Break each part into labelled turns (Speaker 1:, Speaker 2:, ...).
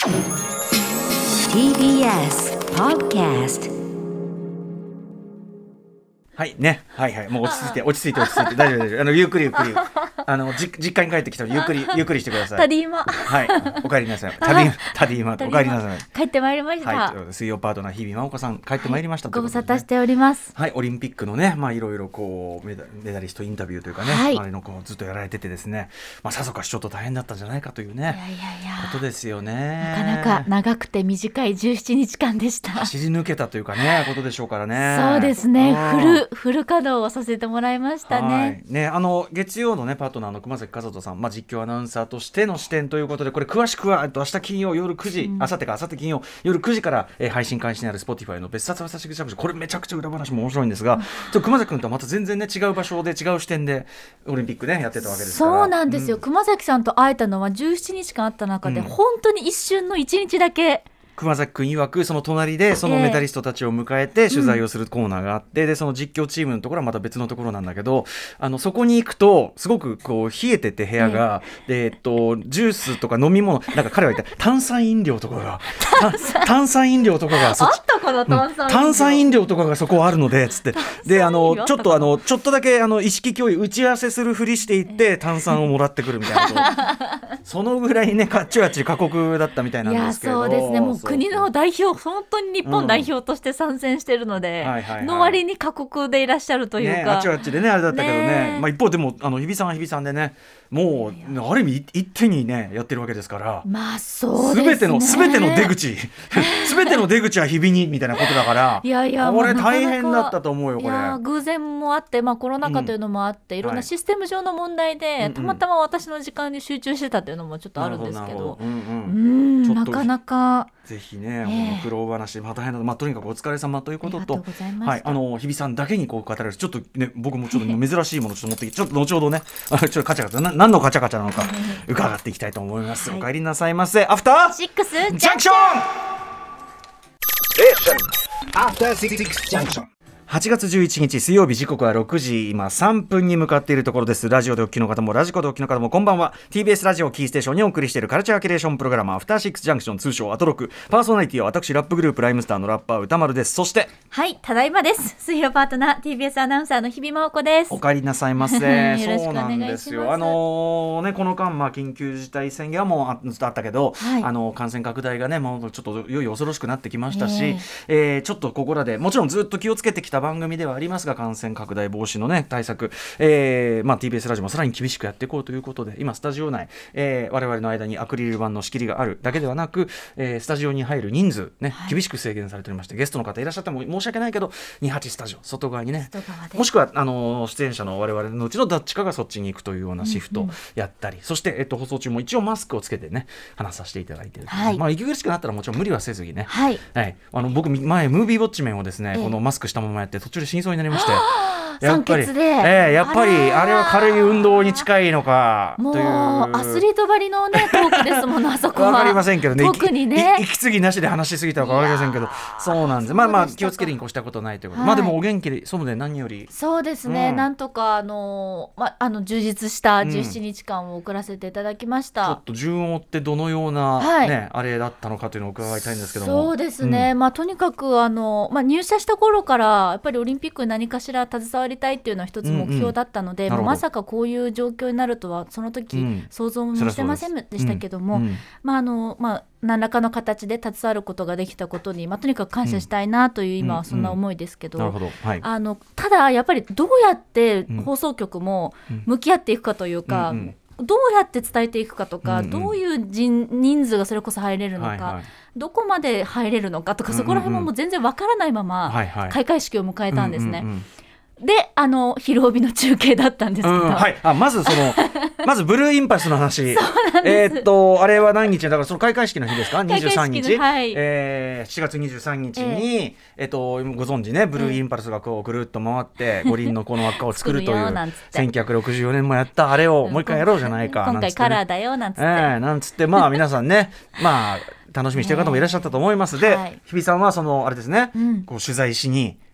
Speaker 1: TBS Podcast。
Speaker 2: はいね、はいはい、もう落ち着いて大丈夫ゆっくり実家に帰ってきたらゆっくりしてください。
Speaker 3: ただいま。
Speaker 2: はい、お帰りなさい。ただいまお帰りなさい。
Speaker 3: 帰ってまいりました。
Speaker 2: はい、水曜パートナー日比真央子さん帰ってまいりました、
Speaker 3: ご無沙汰しております。
Speaker 2: はい、オリンピックのね、いろいろこうメダリストインタビューというかね、
Speaker 3: はい、
Speaker 2: あれのこうずっとやられててですね、さぞかしちょっと大変だったんじゃないかというねことですよね。
Speaker 3: なかなか長くて短い17日間でした。
Speaker 2: 走り抜けたというかねことでしょうからね。
Speaker 3: そうですね、フル稼働をさせてもらいましたね。
Speaker 2: ね、月曜のねパートナーの熊崎和人さん、実況アナウンサーとしての視点ということで、これ詳しくは明日金曜夜9時、明後日金曜夜9時から、配信開始になる Spotify の別冊朝日ジャンクション、これめちゃくちゃ裏話も面白いんですが、熊崎君とはまた全然ね違う場所で違う視点でオリンピックねやってたわけですから。
Speaker 3: そうなんですよ、熊崎さんと会えたのは17日間あった中で、本当に一瞬の1日だけ。
Speaker 2: 熊崎君曰くその隣でそのメダリストたちを迎えて取材をするコーナーがあって、でその実況チームのところはまた別のところなんだけど、そこに行くとすごくこう冷えてて部屋が、でジュースとか飲み物、なんか彼は言った炭酸飲料とかが炭酸飲料とかが
Speaker 3: あったかな、
Speaker 2: 炭酸飲料とかがそこあるのでつってでちょっとだけ意識共有打ち合わせするふりしていって炭酸をもらってくるみたいなそのぐらいねかっちゅあっち過酷だったみたいなんですけど。
Speaker 3: いやそうですね、もう国の代表、本当に日本代表として参戦しているので、の割に過酷でいらっしゃるというか、
Speaker 2: あっちあっちでねあれだったけどね、一方でも日比さんは日比さんでね、もうある意味一手にねやってるわけですから、
Speaker 3: そうですね、
Speaker 2: 全ての出口全ての出口は日比にみたいなことだからこれ大変だったと思うよ。これ
Speaker 3: 偶然もあって、コロナ禍というのもあって、いろんなシステム上の問題で、たまたま私の時間に集中してたというのもちょっとあるんですけど、なかなか
Speaker 2: ぜひね、苦労話、大変だ、とにかくお疲れ様ということと、日比さんだけにこう語られる、ちょっとね僕もちょっと珍しいものをちょっと持ってきて、ちょっと後ほどねちょっとカチャカチャ何のカチャカチャなのか伺っていきたいと思います。お帰りなさいませ。アフター
Speaker 3: シックス
Speaker 2: ジャンクション。アフターシックスジャンクション。8月11日水曜日、時刻は6時今3分に向かっているところです。ラジオでお聞きの方もラジコでお聞きの方もこんばんは。 TBS ラジオキーステーションにお送りしているカルチャーキュレーションプログラム、アフターシックスジャンクション、通称アトロク。パーソナリティは私ラップグループライムスターのラッパー歌丸です。そして
Speaker 3: ただいまです。水曜パートナー TBS アナウンサーの日比真央子です。
Speaker 2: お帰りなさいませ
Speaker 3: よろしくお願いします。そうなんですよ。
Speaker 2: この間、緊急事態宣言はもうずっとあったけど、感染拡大がねもうちょっといよいよ恐ろしくなってきましたし、ちょっとここらでもちろんずっと気をつけてきた番組ではありますが、感染拡大防止のね対策、TBS ラジオもさらに厳しくやっていこうということで、今スタジオ内、我々の間にアクリル板の仕切りがあるだけではなく、スタジオに入る人数ね、厳しく制限されておりまして、ゲストの方いらっしゃっても申し訳ないけど28スタジオ外側にね、もしくは出演者の我々のうちのどっちかがそっちに行くというようなシフトやったり、そして、放送中も一応マスクをつけてね話させていただいている、息苦しくなったらもちろん無理はせずにね、僕前ムービーウォッチメンをですね、このマスクしたままやって途中で死にそうになりまして、やっぱりあれは軽い運動に近いのかという、
Speaker 3: もうアスリートばりのねトークですもんあそこは
Speaker 2: 分かりませんけどね、
Speaker 3: 特にね
Speaker 2: 息継ぎなしで話しすぎたのか分かりませんけど、そうなんです。気をつけるに越したことないということ、でもお元気でそうで何より。
Speaker 3: そうですね、なんとか充実した17日間を送らせていただきました。
Speaker 2: ちょっと順を追ってどのような、あれだったのかというのを伺いたいんですけども。
Speaker 3: そうですね、とにかく入社した頃からやっぱりオリンピックに何かしら携わりたいっていうのは一つ目標だったので、まさかこういう状況になるとはその時、想像もしてませんでしたけども、何らかの形で携わることができたことに、とにかく感謝したいなという今はそんな思いですけど、ただやっぱりどうやって放送局も向き合っていくかというか、どうやって伝えていくかとか、どういう人数がそれこそ入れるのか、どこまで入れるのかとか、そこら辺ももう全然わからないまま開会式を迎えたんですね。で昼帯の中継だったんですけど、
Speaker 2: まずまずブルーインパルスの話あれは何日だからその開会式の日ですか、23日、7月23日に、ご存知ね、ブルーインパルスがこうぐるっと回って五輪のこの輪っかを作るという1964年もやったあれをもう一回やろうじゃないか、
Speaker 3: 今回カラーだよなんつって、
Speaker 2: なんつって皆さんね楽しみにしてる方もいらっしゃったと思います。で、日比さんはあれですね、こう取材しに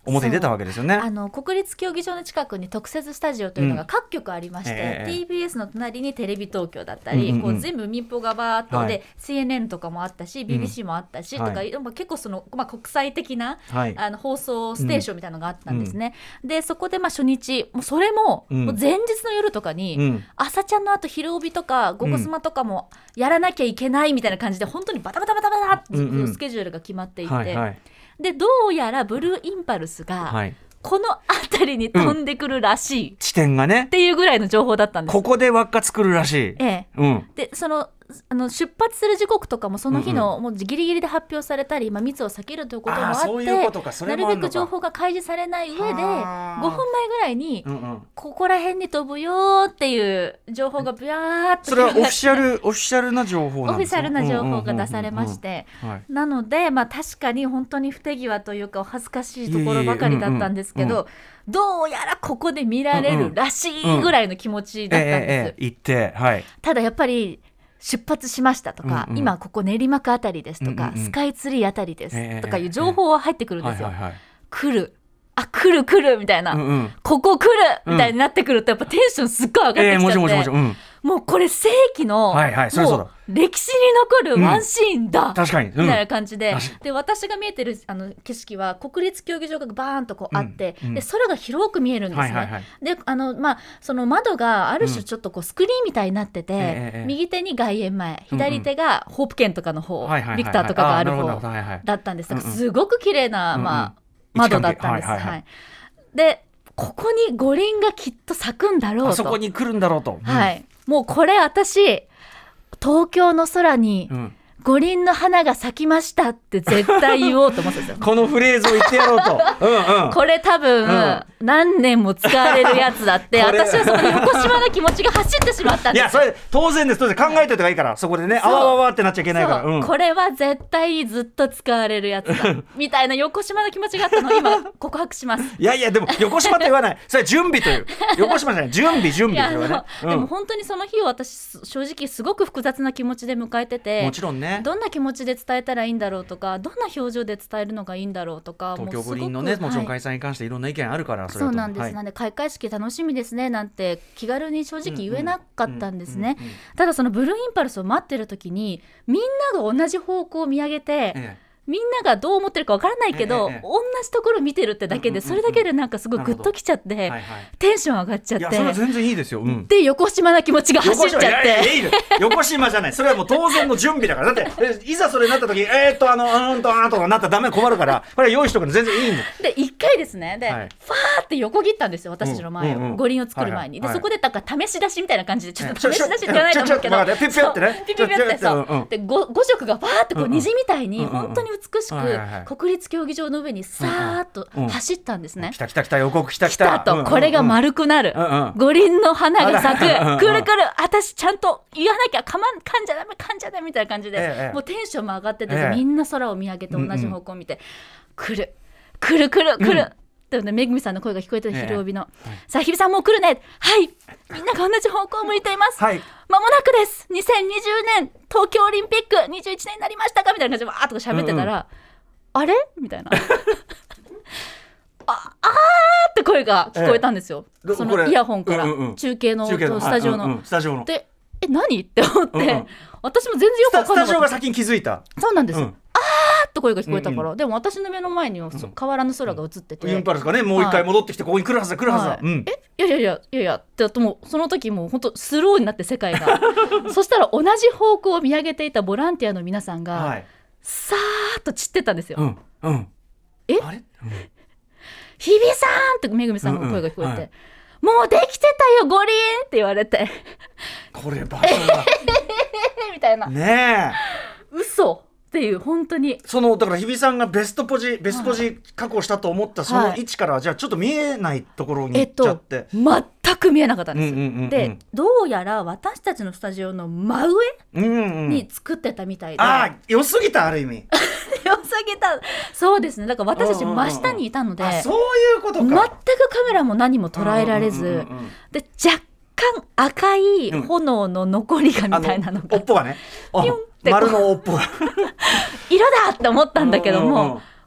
Speaker 2: 表に出たわけですよね。
Speaker 3: 国立競技場の近くに特設スタジオというのが各局ありまして、TBS の隣にテレビ東京だったり、こう全部民放がバーっとで、CNN とかもあったし BBC もあったし、とか結構その、国際的な、放送ステーションみたいなのがあったんですね。でそこで初日もうそれも、もう前日の夜とかに、朝ちゃんの後昼帯とかゴゴスマとかもやらなきゃいけないみたいな感じで本当にバタバタバタバタってスケジュールが決まっていて、でどうやらブルーインパルスが、この辺りに飛んでくるらしい、
Speaker 2: 地点がね
Speaker 3: っていうぐらいの情報だったんです。
Speaker 2: ここで輪っか作るらしい。
Speaker 3: でその出発する時刻とかもその日のもうギリギリで発表されたり、密を避けるということもあって、なるべく情報が開示されない上で5分前ぐらいに、ここら辺に飛ぶよっていう情報がビャーっと、
Speaker 2: それはオフィシャルな情報なんですか？
Speaker 3: オフィシャルな情報が出されまして、なので、確かに本当に不手際というかお恥ずかしいところばかりだったんですけど、どうやらここで見られるらしいぐらいの気持ちだったんです。
Speaker 2: 行って、
Speaker 3: ただやっぱり出発しましたとか、今ここ練馬区あたりですとか、スカイツリーあたりですとかいう情報は入ってくるんですよ。来るみたいな、ここ来るみたいになってくるとやっぱテンションすっごい上がってきちゃって、もうこれ世紀の、もう歴史に残るワンシーンだ、みたいな感じで、で私が見えてる景色は国立競技場がバーンとこうあって、で空が広く見えるんですね。でその窓がある種ちょっとこうスクリーンみたいになってて、右手に外苑前、左手がホープ県とかの方、ビクターとかがある方だったんです。だからすごく綺麗な、窓だったんです。でここに五輪がきっと咲くんだろうと、
Speaker 2: あそこに来るんだろうと、
Speaker 3: もうこれ私東京の空に五輪の花が咲きましたって絶対言おうと思ってたんですよ
Speaker 2: このフレーズを言ってやろうと
Speaker 3: これ多分、何年も使われるやつだって私はその横島の気持ちが走ってしまったんです。
Speaker 2: いやそれ当然です。考えておいた方がいいから、そこでねあわわわってなっちゃいけないから、
Speaker 3: これは絶対ずっと使われるやつだみたいな横島の気持ちがあったのを今告白します。
Speaker 2: いやでも横島って言わないそれは準備という横島じゃない準備それはね、
Speaker 3: でも本当にその日を私正直すごく複雑な気持ちで迎えてて、
Speaker 2: もちろんね、
Speaker 3: どんな気持ちで伝えたらいいんだろうとか、どんな表情で伝えるのがいいんだろうとか、
Speaker 2: 東京五輪のねもちろん開催に関していろんな意見あるから、
Speaker 3: そうなんです、なんで開会式楽しみですねなんて気軽に正直言えなかったんですね。ただそのブルーインパルスを待ってる時にみんなが同じ方向を見上げて、みんながどう思ってるかわからないけど、同じところ見てるってだけで、それだけでなんかすごいグッときちゃって、テンション上がっちゃって、
Speaker 2: いやそれは全然いいですよ、
Speaker 3: で横島な気持ちが走っちゃって、
Speaker 2: 横島じゃない、それはもう当然の準備だからだっていざそれになった時とかなったらダメ、困るからこれ用意しとくの全然いいんです
Speaker 3: で一回ですね、で、ファーって横切ったんですよ私たちの前を、五輪を作る前に。でそこでなんか試し出しみたいな感じで、ちょっと試し出しって言わないと思うけど、ピピピってね、ピピピってそうで5色がファーってこう虹みたいに本当に美しく国立競技場の上にさーっと走ったんですね。
Speaker 2: 来た予告来た
Speaker 3: と、これが丸くなる、五輪の花が咲く、くる私ちゃんと言わなきゃ、噛んじゃダメみたいな感じで、もうテンションも上がってて、みんな空を見上げて同じ方向を見て、来るってめぐみさんの声が聞こえて、昼帯の、さあ日比さんもう来るね、みんなが同じ方向を向いています、間もなくです、2020年東京オリンピック21年になりましたかみたいな感じでわーっと喋ってたら、あれみたいなあーって声が聞こえたんですよ、そのイヤホンから、中継のスタジオの、で何って思って、私も全然よく分かんなかった。
Speaker 2: スタジオが先に気づいた。
Speaker 3: そうなんです、あーって声が聞こえたから、でも私の目の前には変わらぬ空が映ってて、
Speaker 2: インパルスがねもう一回戻ってきてここに来るはずだ、
Speaker 3: いやってもうその時もう本当スローになって世界がそしたら同じ方向を見上げていたボランティアの皆さんが、さーっと散ってったんですよ。あれ、日比さんってめぐみさんの声が聞こえて、もうできてたよ五輪って言われて、
Speaker 2: これ場所が
Speaker 3: みたいな、
Speaker 2: ね
Speaker 3: え嘘っていう、本当に
Speaker 2: だから日比さんがベストポジ確保したと思ったその位置からは、じゃあちょっと見えないところに行っちゃって、
Speaker 3: 全く見えなかったんです、でどうやら私たちのスタジオの真上に作ってたみたいで、
Speaker 2: 良すぎた、ある意味
Speaker 3: 良すぎた、そうですね、だから私たち真下にいたので、
Speaker 2: そういうことか、
Speaker 3: 全くカメラも何も捉えられず、で若干赤い炎の残りがみたいなのが、
Speaker 2: おっぽがね、
Speaker 3: ピュンって
Speaker 2: 丸のおっぽが
Speaker 3: 色だって思ったんだけども、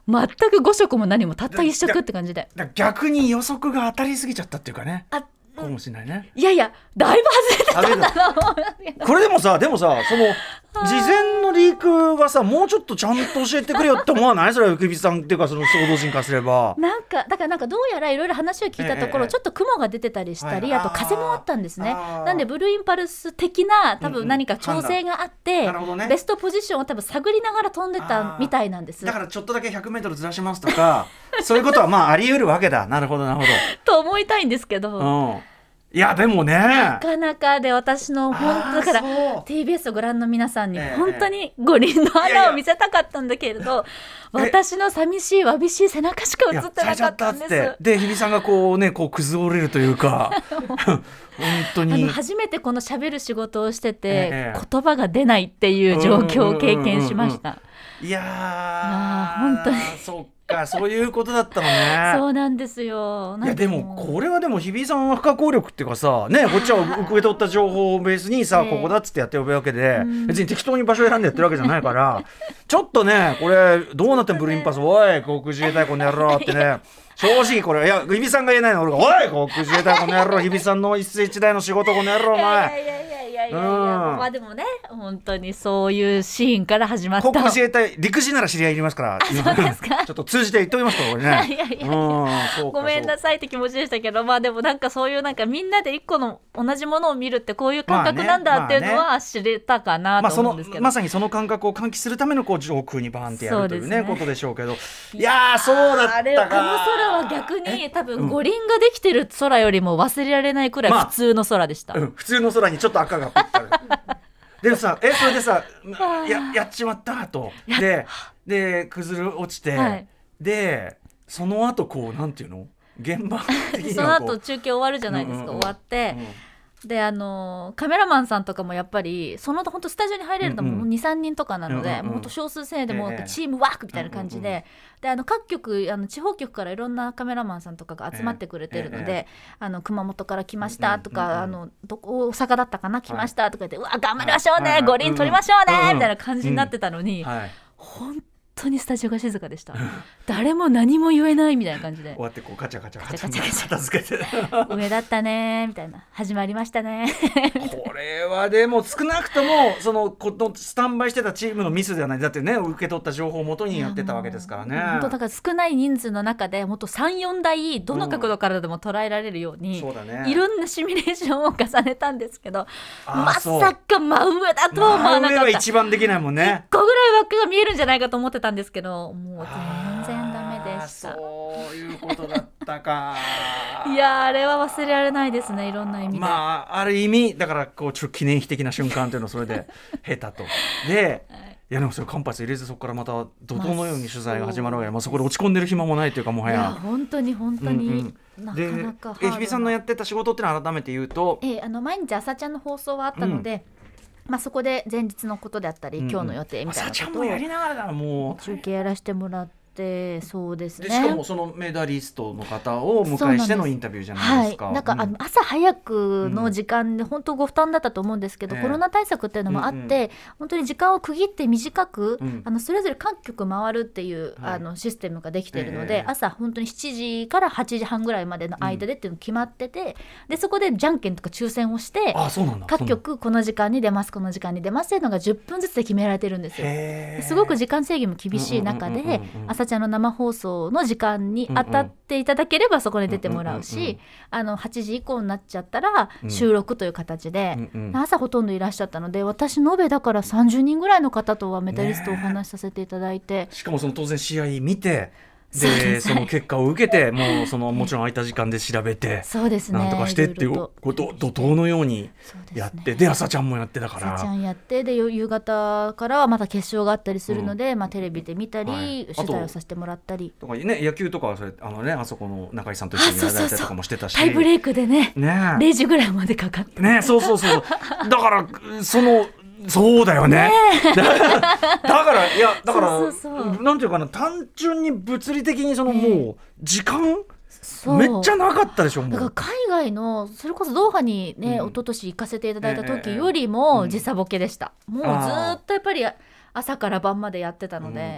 Speaker 3: 全く5色も何もたった1色って感じで、
Speaker 2: 逆に予測が当たりすぎちゃったっていうかね、かもしれないね。
Speaker 3: いやいやだいぶ外れてたんだな
Speaker 2: これでもさその事前のリークがさもうちょっとちゃんと教えてくれよって思わない？それはゆきさんっていうかその報道陣からすれば
Speaker 3: だからどうやらいろいろ話を聞いたところ、ちょっと雲が出てたりしたり、あと風もあったんですね。なんでブルーインパルス的な多分何か調整があって、ベストポジションを多分探りながら飛んでたみたいなんです。
Speaker 2: だからちょっとだけ 100m ずらしますとかそういうことはあり得るわけだ。なるほど
Speaker 3: と思いたいんですけど、
Speaker 2: いやでもね
Speaker 3: なかなかで私の本当だから TBS をご覧の皆さんに本当に五輪の花を見せたかったんだけれど、私の寂しいわびしい背中しか映ってなかったんです。
Speaker 2: で日比さんがこう崩れるというか本当に
Speaker 3: 初めてこの喋る仕事をしてて、言葉が出ないっていう状況を経験しました。
Speaker 2: いや
Speaker 3: 本当に
Speaker 2: そういうことだったのね。
Speaker 3: そうなんですよ。
Speaker 2: いやでもこれはでも日比さんは不可抗力っていうかさね、こっちは受け取った情報をベースにさ、ここだっつってやっておくわけで、別に適当に場所選んでやってるわけじゃないからちょっとねこれどうなってもブルーインパスおい航空自衛隊この野郎ってね正直これ日比さんが言えないの俺がおい航空自衛隊この野郎日比さんの一世一代の仕事この野郎お前
Speaker 3: でもね本当にそういうシーンから始まった。
Speaker 2: 航空自衛隊陸自なら知り合いいりますから
Speaker 3: そうですか
Speaker 2: ちょっと通じて言っておきますからこれね
Speaker 3: ごめんなさいって気持ちでしたけど、でもそういうみんなで一個の同じものを見るってこういう感覚なんだっていうのは知れたかなと思うんですけど、
Speaker 2: まさにその感覚を喚起するための上空にバーンってやるというねことでしょうけど、いやそうだったか。
Speaker 3: あの空は逆に多分五輪ができてる空よりも忘れられないくらい普通の空でした。
Speaker 2: 普通の空にちょっと赤がピッてあるでさそれでさやっちまったとで崩れ落ちて、でその後なんていうの現場的にはそ
Speaker 3: の後中継終わるじゃないですか、終わって、でカメラマンさんとかもやっぱりその本当スタジオに入れるのも 2,3 人とかなので、もっと少数制でもチームワークみたいな感じで、各局地方局からいろんなカメラマンさんとかが集まってくれてるので、熊本から来ましたとか、大阪だったかな来ましたとか言って、うわ頑張りましょうね、五輪取りましょうねみたいな感じになってたのに、本当にスタジオが静かでした。誰も何も言えないみたいな感じで
Speaker 2: 終わってカチャカチャ片付けて
Speaker 3: 上だったねみたいな、始まりましたね
Speaker 2: これはでも少なくともスタンバイしてたチームのミスではない。だってね受け取った情報をもとにやってたわけですからね。
Speaker 3: 本当だから少ない人数の中でもっと 3,4 台どの角度からでも捉えられるように、いろんなシミュレーションを重ねたんですけど、まさか真上だとは思わなかった。
Speaker 2: 真上は一番できないもんね。
Speaker 3: 1個ぐらい枠が見えるんじゃないかと思ってたんですけど、もう全然ダメでした。
Speaker 2: そういうことだったか
Speaker 3: いやあれは忘れられないですね、いろんな意味で。
Speaker 2: ある意味だからちょっと記念碑的な瞬間というのをそれで経たとでいやでもそれ間髪入れずそこからまた怒涛のように取材が始まるわけで、そこで落ち込んでる暇もないというか、もはや
Speaker 3: 本当になかなか
Speaker 2: で日比さんのやってた仕事ってのは改めて言うと、
Speaker 3: 毎日朝ちゃんの放送はあったので、そこで前日のことであったり、今日の予定みたいなことを
Speaker 2: 朝ちゃんもやりながらだもう
Speaker 3: 中継やらせてもらって、そうですね。
Speaker 2: でしかもそのメダリストの方をお迎えしてのインタビューじゃないですか。
Speaker 3: 朝早くの時間で本当ご負担だったと思うんですけど、コロナ対策っていうのもあって、本当に時間を区切って短く、それぞれ各局回るっていう、システムができているので、朝本当に7時から8時半ぐらいまでの間でっていうの決まってて、でそこでじゃんけんとか抽選をして、各局この時間に出ますこの時間に出ますっていうのが10分ずつで決められてるんですよ。すごく時間制限も厳しい中で、朝ちゃんの生放送の時間に当たっていただければそこに出てもらうし、8時以降になっちゃったら収録という形で、朝ほとんどいらっしゃったので、私延べだから30人ぐらいの方とはメダリストをお話しさせていただいて、
Speaker 2: しかもその当然試合見てでその結果を受けてもちろん空いた時間で調べて、
Speaker 3: そうですね、
Speaker 2: なんとかしてっていうことを怒涛のようにやって、で朝ちゃんもやってだから
Speaker 3: 朝ちゃんやって、で夕方からはまた決勝があったりするので、テレビで見たり、取材をさせてもらったり
Speaker 2: とかね、野球とかはそれあそこの中井さんと一緒にやられたりとかもしてたし、
Speaker 3: タイブレイクでね0時ぐらいまでかかって
Speaker 2: ね、そうだからそうだよね。だからなんていうかな、単純に物理的にもう時間めっちゃなかったでしょ。
Speaker 3: だから海外のそれこそドーハにね、一昨年行かせていただいた時よりも時差ボケでした。もうずっとやっぱり朝から晩までやってたので、
Speaker 2: だから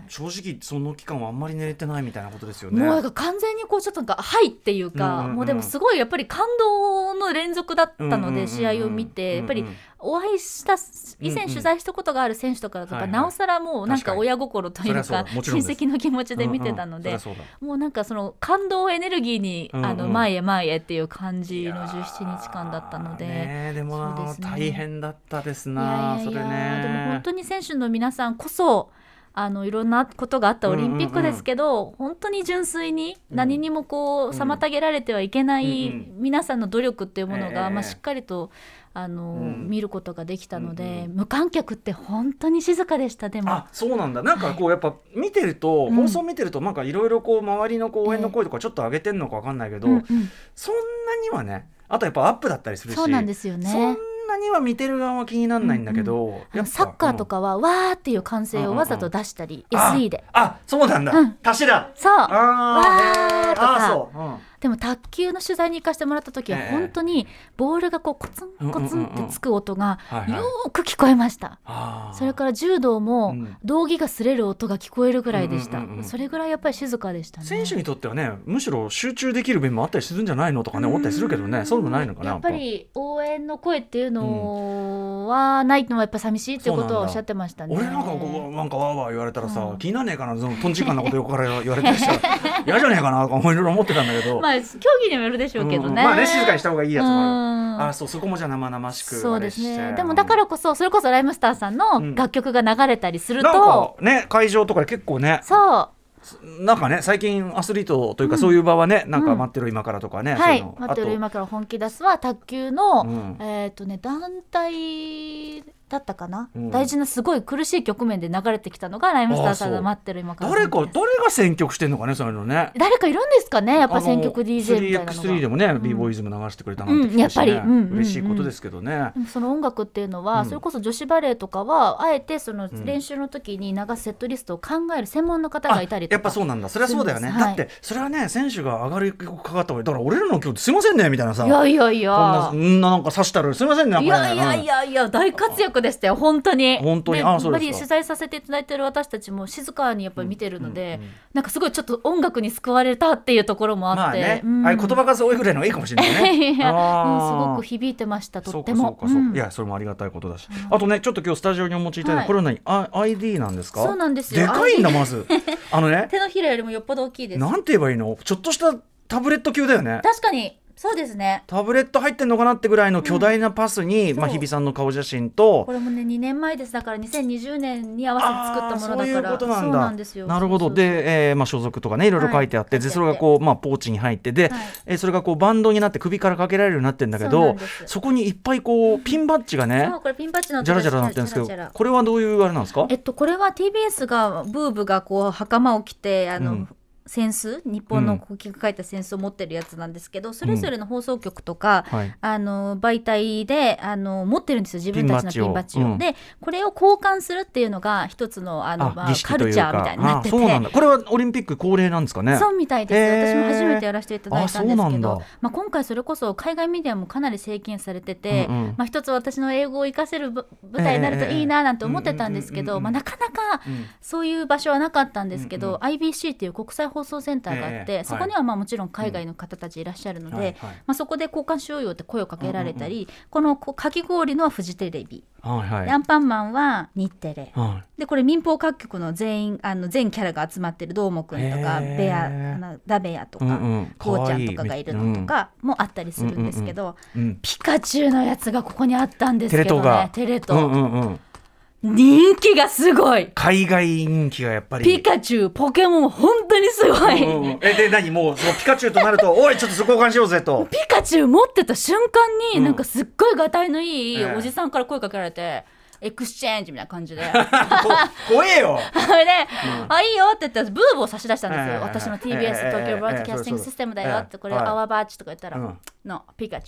Speaker 2: 正直その期間はあんまり寝れてないみたいなことですよね。
Speaker 3: もうなんか完全にこうちょっとなんかはいっていうか、もうでもすごいやっぱり感動の連続だったので、試合を見てやっぱりお会いした以前取材したことがある選手とかだとなおさらもうなんか親心というか親戚の気持ちで見てたので、もうなんかその感動エネルギーに前へ前へっていう感じの17日間だったので、
Speaker 2: でも大変だったですな。それね。
Speaker 3: でも本当に選手の皆さんこそいろんなことがあったオリンピックですけど、本当に純粋に何にもこう妨げられてはいけない皆さんの努力っていうものが、しっかりと見ることができたので、無観客って本当に静かでした。でも
Speaker 2: そうなんだ。なんかこうやっぱ見てると、放送見てるとなんかいろいろこう周りの応援の声とかちょっと上げてんのか分かんないけど、そんなにはね、あとやっぱアップだったりするし、
Speaker 3: そうなんですよね。
Speaker 2: そんなには見てる側は気にならないんだけど、
Speaker 3: やっぱサッカーとかはわーっていう歓声をわざと出したり、SE で
Speaker 2: そうなんだ、足しだ、
Speaker 3: そうわーとか、
Speaker 2: そう、
Speaker 3: でも卓球の取材に行かせてもらった時は本当にボールがこうコツンコツンってつく音がよーく聞こえました。それから柔道も道着が擦れる音が聞こえるぐらいでした。それぐらいやっぱり静かでしたね。
Speaker 2: 選手にとってはね、むしろ集中できる面もあったりするんじゃないのとかね思ったりするけどね、そういうのないのかな。
Speaker 3: やっぱり応援の声っていうのはないのはやっぱ寂しいっていうことはおっしゃってましたね。
Speaker 2: 俺なんかなんかわーわー言われたらさ、気にならねえかな、そのトンチンカンなこと横から言われたりしたら嫌じゃねえかなとかいろいろ思ってたんだけど、
Speaker 3: 競技にもよるでしょうけどね。
Speaker 2: 静かにした方がいいやつもある。そこもじゃあ生々しく。
Speaker 3: そうですね。でもだからこそそれこそライムスターさんの楽曲が流れたりすると、
Speaker 2: なんかね、会場とかで結構ね、なんかね、最近アスリートというかそういう場はね、なんか待ってる今からとかね、
Speaker 3: 待ってる今から本気出すは卓球の団体だったかな、大事なすごい苦しい局面で流れてきたのがライムスターさんが待ってる今から。誰が
Speaker 2: 選曲してんのかね、そういうのね。
Speaker 3: 誰かいるんですかね、やっぱ選曲 DJ みたいなのが。
Speaker 2: 3x3 でもね、b ボーイズも流してくれたなんて聞いたしね、嬉しいことですけどね。
Speaker 3: その音楽っていうのは、それこそ女子バレーとかはあえてその練習の時に流すセットリストを考える専門の方がいたりとか。
Speaker 2: やっぱそうなんだ。それはそうだよね。だってそれはね、選手が上がる曲かかった方がいい。だから俺らの曲すいませんねみたいなさ、
Speaker 3: いやいやいや、
Speaker 2: こんななんか刺したらすいませんね、
Speaker 3: いやいやいやいや、大活躍でしたよ本当に。やっぱり取材させていただいている私たちも静かにやっぱり見てるので、なんかすごいちょっと音楽に救われたっていうところもあって、
Speaker 2: 言葉数多いぐらいのがいいかもしれないね。
Speaker 3: すごく響いてました。とっても。
Speaker 2: いや、それもありがたいことだし、あとね、ちょっと今日スタジオにお持ちいただいたこれは何、ID なんですか？
Speaker 3: そうなんですよ。
Speaker 2: でかいんだ。まず
Speaker 3: 手のひらよりもよっぽど大きいです。
Speaker 2: なんて言えばいいの、ちょっとしたタブレット級だよね。
Speaker 3: 確かにそうですね。
Speaker 2: タブレット入ってんのかなってぐらいの巨大なパスに、日比さんの顔写真と、
Speaker 3: これもね2年前です。だから2020年に合わせて作ったものだから。
Speaker 2: そういうことなんだ。
Speaker 3: そうなんですよ。
Speaker 2: なるほど。で、所属とかねいろいろ書いてあって、でそれがこう、ポーチに入ってで、それがこうバンドになって首からかけられるようになってるんだけど、そこにいっぱいこうピンバッジがね、
Speaker 3: これピンバッジの
Speaker 2: ジャラジャラなってるんですけど、これはどういうあれなんですか？
Speaker 3: これは TBS がブーブがこう袴を着て扇子、日本の国旗が書いた扇子を持ってるやつなんですけど、それぞれの放送局とか、媒体で持ってるんですよ、自分たちのピンバッジを。でこれを交換するっていうのが一つのカルチャーみたいになってて、
Speaker 2: そうなんだ。これはオリンピック恒例なんですかね？
Speaker 3: そうみたいです。私も初めてやらせていただいたんですけど、今回それこそ海外メディアもかなり制限されてて、一つ私の英語を活かせる舞台になるといいななんて思ってたんですけど、なかなかそういう場所はなかったんですけど、IBC っていう国際放送センターがあって、そこにはもちろん海外の方たちいらっしゃるので、そこで交換しようよって声をかけられたり、このかき氷のはフジテレビ、アンパンマンは日テレ、でこれ民放各局の全キャラが集まってるどーもくんとかダベアとかこうちゃんとかがいるのとかもあったりするんですけど、ピカチュウのやつがここにあったんですけどね、テレ東人気がすごい。
Speaker 2: 海外人気がやっぱり。
Speaker 3: ピカチュウ、ポケモン本当にすごい。
Speaker 2: で何もうそのピカチュウとなるとおいちょっとそこ交換しようぜと。
Speaker 3: ピカチュウ持ってた瞬間に、なんかすっごいがたいのいいおじさんから声かけられて、エクスチェンジみたいな感じで
Speaker 2: 怖えよ
Speaker 3: で、いいよって言ったらブーブを差し出したんですよ。私の TBS 東京ブロードキャスティングシステムだよって、これアワーバッジとか言ったら、のピカチュウ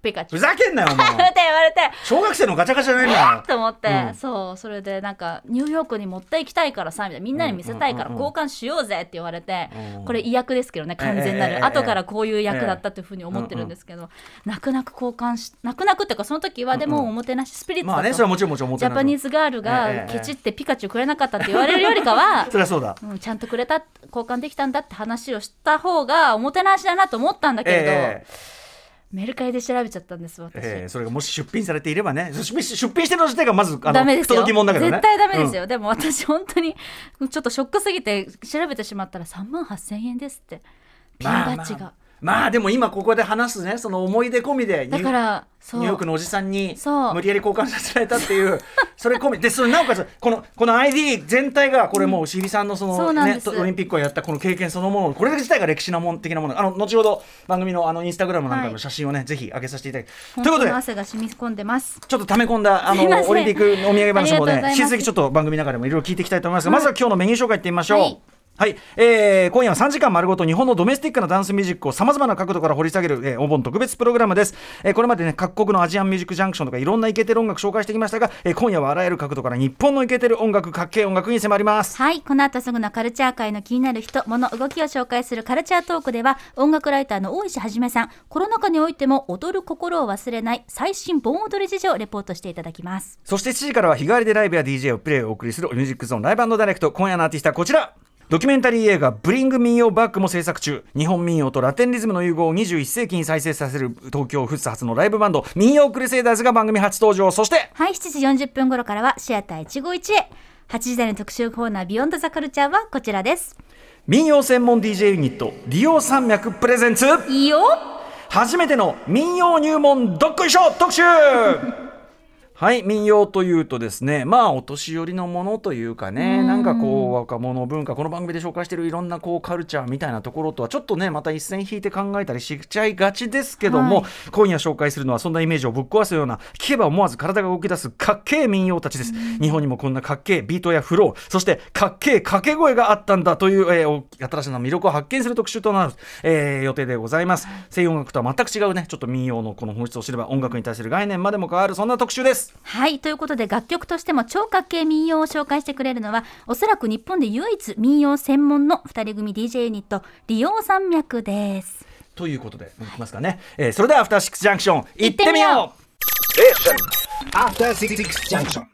Speaker 3: ピカチュウ
Speaker 2: ふざけんなよお前
Speaker 3: 言われて
Speaker 2: 小学生のガチャガチャじゃないんだよ
Speaker 3: と思って、それでなんかニューヨークに持って行きたいからさみたいな、みんなに見せたいから交換しようぜって言われて、これ意訳ですけどね、完全なる、後からこういう役だったというふうに思ってるんですけど、泣く泣く交換し、泣く泣くっていうかその時はでもおもてなしスピリッツだと、
Speaker 2: まあね、それはもちろんジ
Speaker 3: ャパニーズガールがケチってピカチュウくれなかったって言われるよりかは
Speaker 2: そりゃそうだ、
Speaker 3: ちゃんとくれた、交換できたんだって話をした方がおもてなしだなと思ったんだけれど、メルカリで調べちゃったんです私、
Speaker 2: それがもし出品されていればね、出品してるの自体がまず
Speaker 3: ダメですよ、
Speaker 2: 不届き者だけどね、
Speaker 3: 絶対ダメですよ、でも私本当にちょっとショックすぎて調べてしまったら38,000円ですって、ピンバッジが、
Speaker 2: まあでも今ここで話すね、その思い出込みで
Speaker 3: だから
Speaker 2: ニューヨークのおじさんに無理やり交換させられたっていうそれ込みで、それなおかつこの ID 全体がこれもうシビさんのそのね、オリンピックをやったこの経験そのもの、これ自体が歴史的なもの、後ほど番組のインスタグラムなんかの写真をね、ぜひ上げさせていただき、ということで
Speaker 3: 汗が染み込んでます。
Speaker 2: ちょっと溜め込んだオリンピックのお土産話もね、引き続きちょっと番組の中でもいろいろ聞いていきたいと思いますが、まずは今日のメニュー紹介いってみましょう。はい、今夜は3時間丸ごと日本のドメスティックなダンスミュージックをさまざまな角度から掘り下げる、お盆特別プログラムです。これまでね、各国のアジアンミュージックジャンクションとかいろんなイケてる音楽紹介してきましたが、今夜はあらゆる角度から日本のイケてる音楽、かっけえ音楽に迫ります。
Speaker 3: はい、この後すぐのカルチャー界の気になる人、物、動きを紹介するカルチャートークでは、音楽ライターの大石はじめさん、コロナ禍においても踊る心を忘れない最新盆踊り事情をレポートしていただきます。
Speaker 2: そして7時からは日替わりでライブや DJ をプレイをお送りするミュージックゾーンライブ&ダイレクト。今夜のアーティストはこちら。ドキュメンタリー映画ブリング民謡バックも制作中。日本民謡とラテンリズムの融合を21世紀に再生させる東京フッサ発のライブバンド民謡クルセイダーズが番組初登場。そして
Speaker 3: はい、7時40分頃からはシアター一期一会。8時台の特集コーナービヨンドザカルチャーはこちらです。
Speaker 2: 民謡専門 DJ ユニットリオ山脈プレゼンツ、
Speaker 3: いいよ、
Speaker 2: 初めての民謡入門どっこいしょ特集はい、民謡というとですね、まあお年寄りのものというかね、なんかこう若者文化、この番組で紹介しているいろんなこうカルチャーみたいなところとはちょっとね、また一線引いて考えたりしちゃいがちですけども、今夜紹介するのはそんなイメージをぶっ壊すような、聞けば思わず体が動き出すかっけえ民謡たちです。日本にもこんなかっけえビートやフロー、そしてかっけえ掛け声があったんだという、新しな魅力を発見する特集となる、予定でございます。西洋音楽とは全く違うね、ちょっと民謡のこの本質を知れば音楽に対する概念までも変わる、そんな特集です。
Speaker 3: はい、ということで楽曲としても超かっけえ民謡を紹介してくれるのは、おそらく日本で唯一民謡専門の2人組 DJ ユニットリオ山脈です。
Speaker 2: ということでいきますかね、それではアフターシックスジャンクション行ってみよう。
Speaker 4: アフターシックスジャンクション。